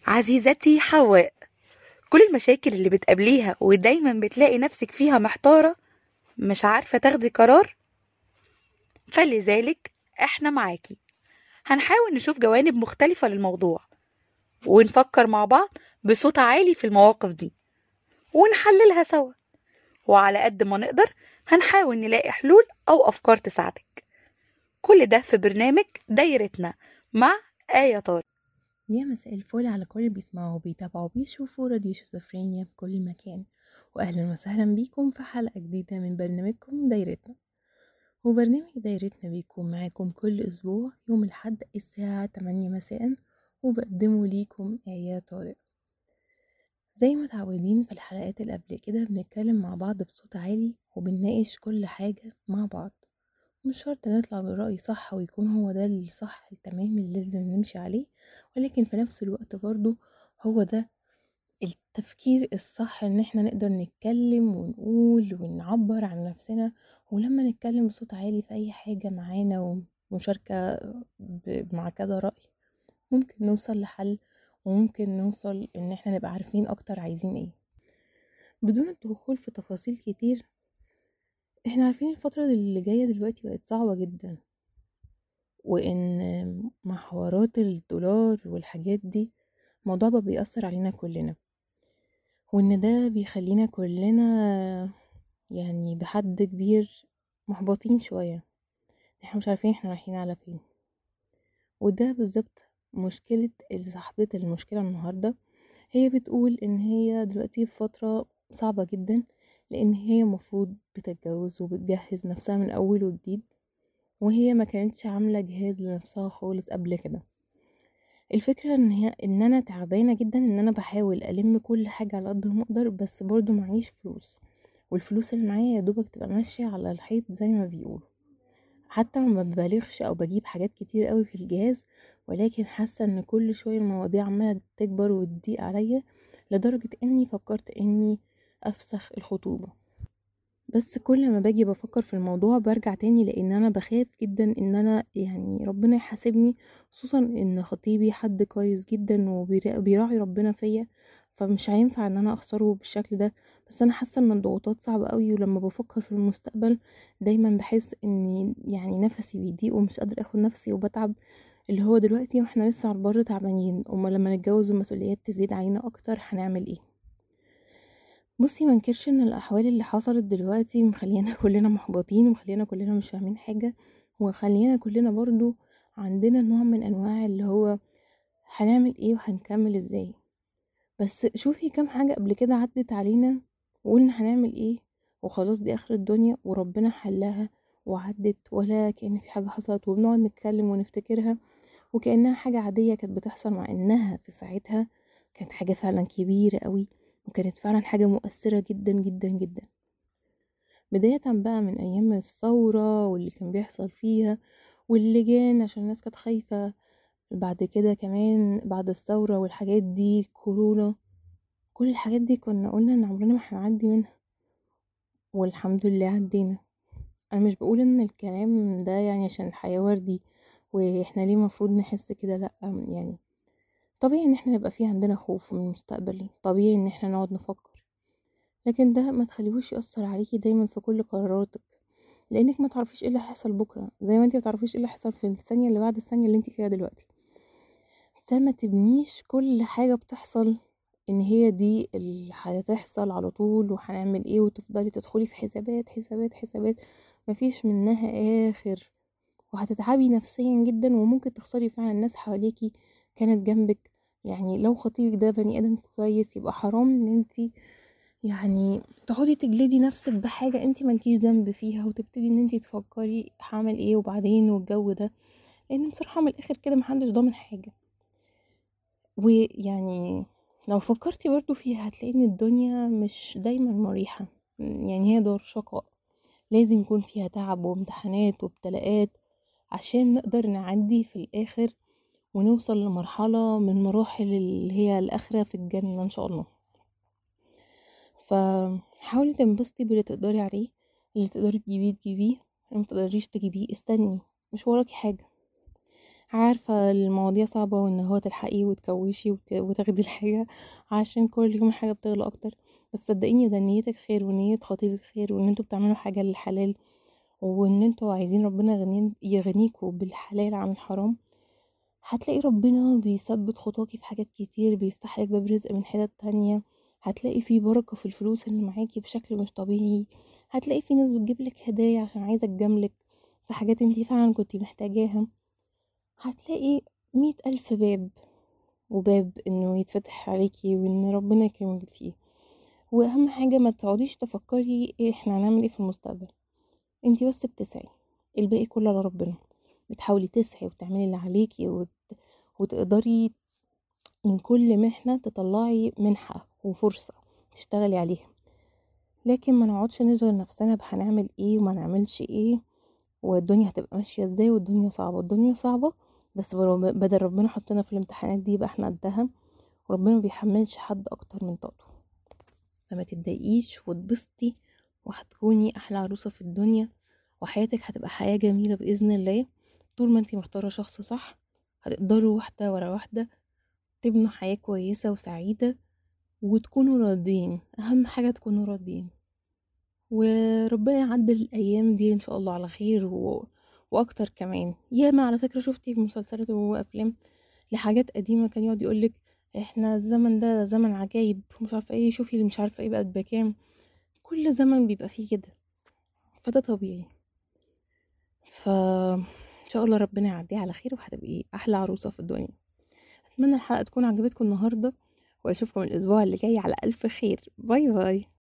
عزيزتي حواء، كل المشاكل اللي بتقابليها ودايما بتلاقي نفسك فيها محتارة، مش عارفة تاخدي قرار، فلذلك احنا معاكي. هنحاول نشوف جوانب مختلفة للموضوع ونفكر مع بعض بصوت عالي في المواقف دي ونحللها سوا، وعلى قد ما نقدر هنحاول نلاقي حلول أو أفكار تساعدك. كل ده في برنامج دايرتنا مع آية طارق. يا مساء الفل على كل اللي بيسمعوا وبيتابعوا وبيشوفوا راديو شيزوفرينيا في كل مكان، واهلا وسهلا بيكم في حلقة جديدة من برنامجكم دايرتنا. وبرنامج دايرتنا بيكون معاكم كل اسبوع يوم الاحد الساعة 8 مساء، وبقدمه ليكم آية طارق. زي ما تعودين في الحلقات اللي قبل كده بنتكلم مع بعض بصوت عالي وبنناقش كل حاجة مع بعض. مش شرط نطلع بالرأي صح ويكون هو ده الصح التمام اللي لازم نمشي عليه، ولكن في نفس الوقت برضو هو ده التفكير الصح، ان احنا نقدر نتكلم ونقول ونعبر عن نفسنا. ولما نتكلم بصوت عالي في اي حاجة معانا ومشاركة مع كذا رأي، ممكن نوصل لحل، وممكن نوصل ان احنا نبقى عارفين اكتر عايزين ايه بدون الدخول في تفاصيل كتير. احنا عارفين الفترة اللي جاية دلوقتي بقت صعبة جدا، وان مع حوارات الدولار والحاجات دي الموضوع بقى بيأثر علينا كلنا، وان ده بيخلينا كلنا يعني بحد كبير محبطين شوية. احنا مش عارفين احنا رايحين على فين، وده بالظبط مشكلة صاحبة المشكلة النهاردة. هي بتقول ان هي دلوقتي في فترة صعبة جدا، لان هي مفروض بتتجوز وبتجهز نفسها من اول وجديد، وهي ما كانتش عاملة جهاز لنفسها خالص قبل كده. الفكرة ان انا تعبانة جدا، ان انا بحاول الم كل حاجة على قد ما اقدر، بس برضو معيش فلوس، والفلوس اللي معايا يا دوبك تبقى ماشية على الحيط زي ما بيقولوا. حتى ما ببالغش او بجيب حاجات كتير قوي في الجهاز، ولكن حاسة ان كل شوية المواضيع عمالة تكبر وتضيق عليا، لدرجة اني فكرت اني افسخ الخطوبة. بس كل ما باجي بفكر في الموضوع برجع تاني، لان انا بخاف جدا ان انا يعني ربنا يحاسبني، خصوصا ان خطيبي حد كويس جدا وبيراعي ربنا فيا، فمش هينفع ان انا اخسره بالشكل ده. بس انا حاسه ان الضغوطات صعبه قوي، ولما بفكر في المستقبل دايما بحس اني يعني نفسي بيضيق ومش قادره اخد نفسي وبتعب. اللي هو دلوقتي واحنا لسه على البر تعبانين، اما لما نتجوز والمسؤوليات تزيد علينا اكتر هنعمل ايه؟ بصي، ما انكرش ان الاحوال اللي حصلت دلوقتي مخلينا كلنا محبطين، ومخلينا كلنا مش فاهمين حاجة، وخلينا كلنا برضو عندنا نوع من انواع اللي هو هنعمل ايه وهنكمل ازاي. بس شوفي كام حاجة قبل كده عدت علينا وقلنا هنعمل ايه وخلاص دي اخر الدنيا، وربنا حلها وعدت ولا كأن في حاجة حصلت، وبنقعد نتكلم ونفتكرها وكأنها حاجة عادية كانت بتحصل، مع انها في ساعتها كانت حاجة فعلا كبيرة قوي، وكانت فعلا حاجة مؤثرة جدا جدا جدا. بداية بقى من أيام الثورة واللي كان بيحصل فيها واللجان عشان الناس كانت خايفة، بعد كده كمان بعد الثورة والحاجات دي كورونا، كل الحاجات دي كنا قلنا ان عمرنا ما هنعدي منها، والحمد لله عدينا. انا مش بقول ان الكلام ده يعني عشان الحياة وردي واحنا ليه مفروض نحس كده، لأ. يعني طبيعي ان احنا نبقى فيه عندنا خوف من المستقبل، طبيعي ان احنا نقعد نفكر، لكن ده ما تخليهوش يأثر عليكي دايما في كل قراراتك، لانك ما تعرفيش ايه اللي هيحصل بكره، زي ما انتي ما تعرفيش ايه اللي هيحصل في الثانيه اللي بعد الثانيه اللي انتي فيها دلوقتي. فما تبنيش كل حاجه بتحصل ان هي دي اللي هتحصل على طول وهنعمل ايه، وتفضلي تدخلي في حسابات حسابات حسابات مفيش منها اخر، وهتتعبي نفسيا جدا، وممكن تخسري فعلا الناس حواليكي كانت جنبك. يعني لو خطيبك ده بني ادم كويس، يبقى حرام ان انتي يعني تقعدي تجلدي نفسك بحاجة انتي مالكيش ذنب فيها، وتبتدي ان انتي تفكري هعمل ايه وبعدين والجو ده، لان بصراحة من الاخر كده محدش ضامن حاجة. ويعني لو فكرتي برضو فيها هتلاقي ان الدنيا مش دايما مريحة، يعني هي دار شقاء، لازم يكون فيها تعب وامتحانات وابتلاءات عشان نقدر نعدي في الاخر ونوصل لمرحلة من مراحل اللي هي الاخرة في الجنة ان شاء الله. فحاولي تنبسطي باللي تقدري عليه، اللي تقدري تجيبيه تجيبيه، اللي متقدريش تجيبيه استني، مش وراكي حاجة. عارفة المواضيع صعبة، وان هو تلحقي وتكوشي وتاخدي الحاجة عشان كل يوم الحاجة بتغلى اكتر. بس صدقيني ده نيتك خير ونية خطيبك خير، وان انتوا بتعملوا حاجة للحلال، وان انتوا عايزين ربنا يغنيكوا بالحلال عن الحرام. هتلاقي ربنا بيثبت خطاكي في حاجات كتير، بيفتح لك باب رزق من حتت تانية. هتلاقي في بركة في الفلوس اللي معاكي بشكل مش طبيعي. هتلاقي في ناس بتجيبلك هدايا عشان عايزة تجاملك في حاجات انتي فعلا كنتي محتاجاها. هتلاقي 100,000 باب، وباب انه يتفتح عليكي وان ربنا يكرمك فيه. واهم حاجة ما تقعديش تفكري ايه احنا هنعمل ايه في المستقبل، انتي بس بتسعي، الباقي كله على ربنا. بتحاولي تسعي وتعملي اللي عليكي وتقدري من كل محنة تطلعي منحة وفرصة تشتغلي عليها. لكن ما نقعدش نشغل نفسنا بهنعمل ايه وما نعملش ايه، والدنيا هتبقى ماشية ازاي، والدنيا صعبة. الدنيا صعبة، بس بدل ربنا حطنا في الامتحانات دي يبقى احنا قدها، وربنا ما بيحملش حد اكتر من طاقته. فما تتضايقيش وتبسطي، وهتكوني احلى عروسة في الدنيا، وحياتك هتبقى حياة جميلة بإذن الله. طول ما انتي مختارة شخص صح، هتقدروا واحدة ورا واحدة تبنوا حياة كويسة وسعيدة، وتكونوا راضيين. أهم حاجة تكونوا راضيين، وربنا يعدل الأيام دي إن شاء الله على خير وأكتر كمان. ياما على فكرة شفتي مسلسلات وأفلام لحاجات قديمة كان يقعد يقولك احنا الزمن ده زمن عجايب، مش عارفة ايه، شوفي اللي مش عارفة ايه بقت بكام. كل زمن بيبقى فيه كده، فده طبيعي. ان شاء الله ربنا يعديها على خير، وهتبقي احلى عروسة في الدنيا. اتمنى الحلقة تكون عجبتكم النهاردة، واشوفكم الاسبوع اللي جاي على الف خير. باي باي.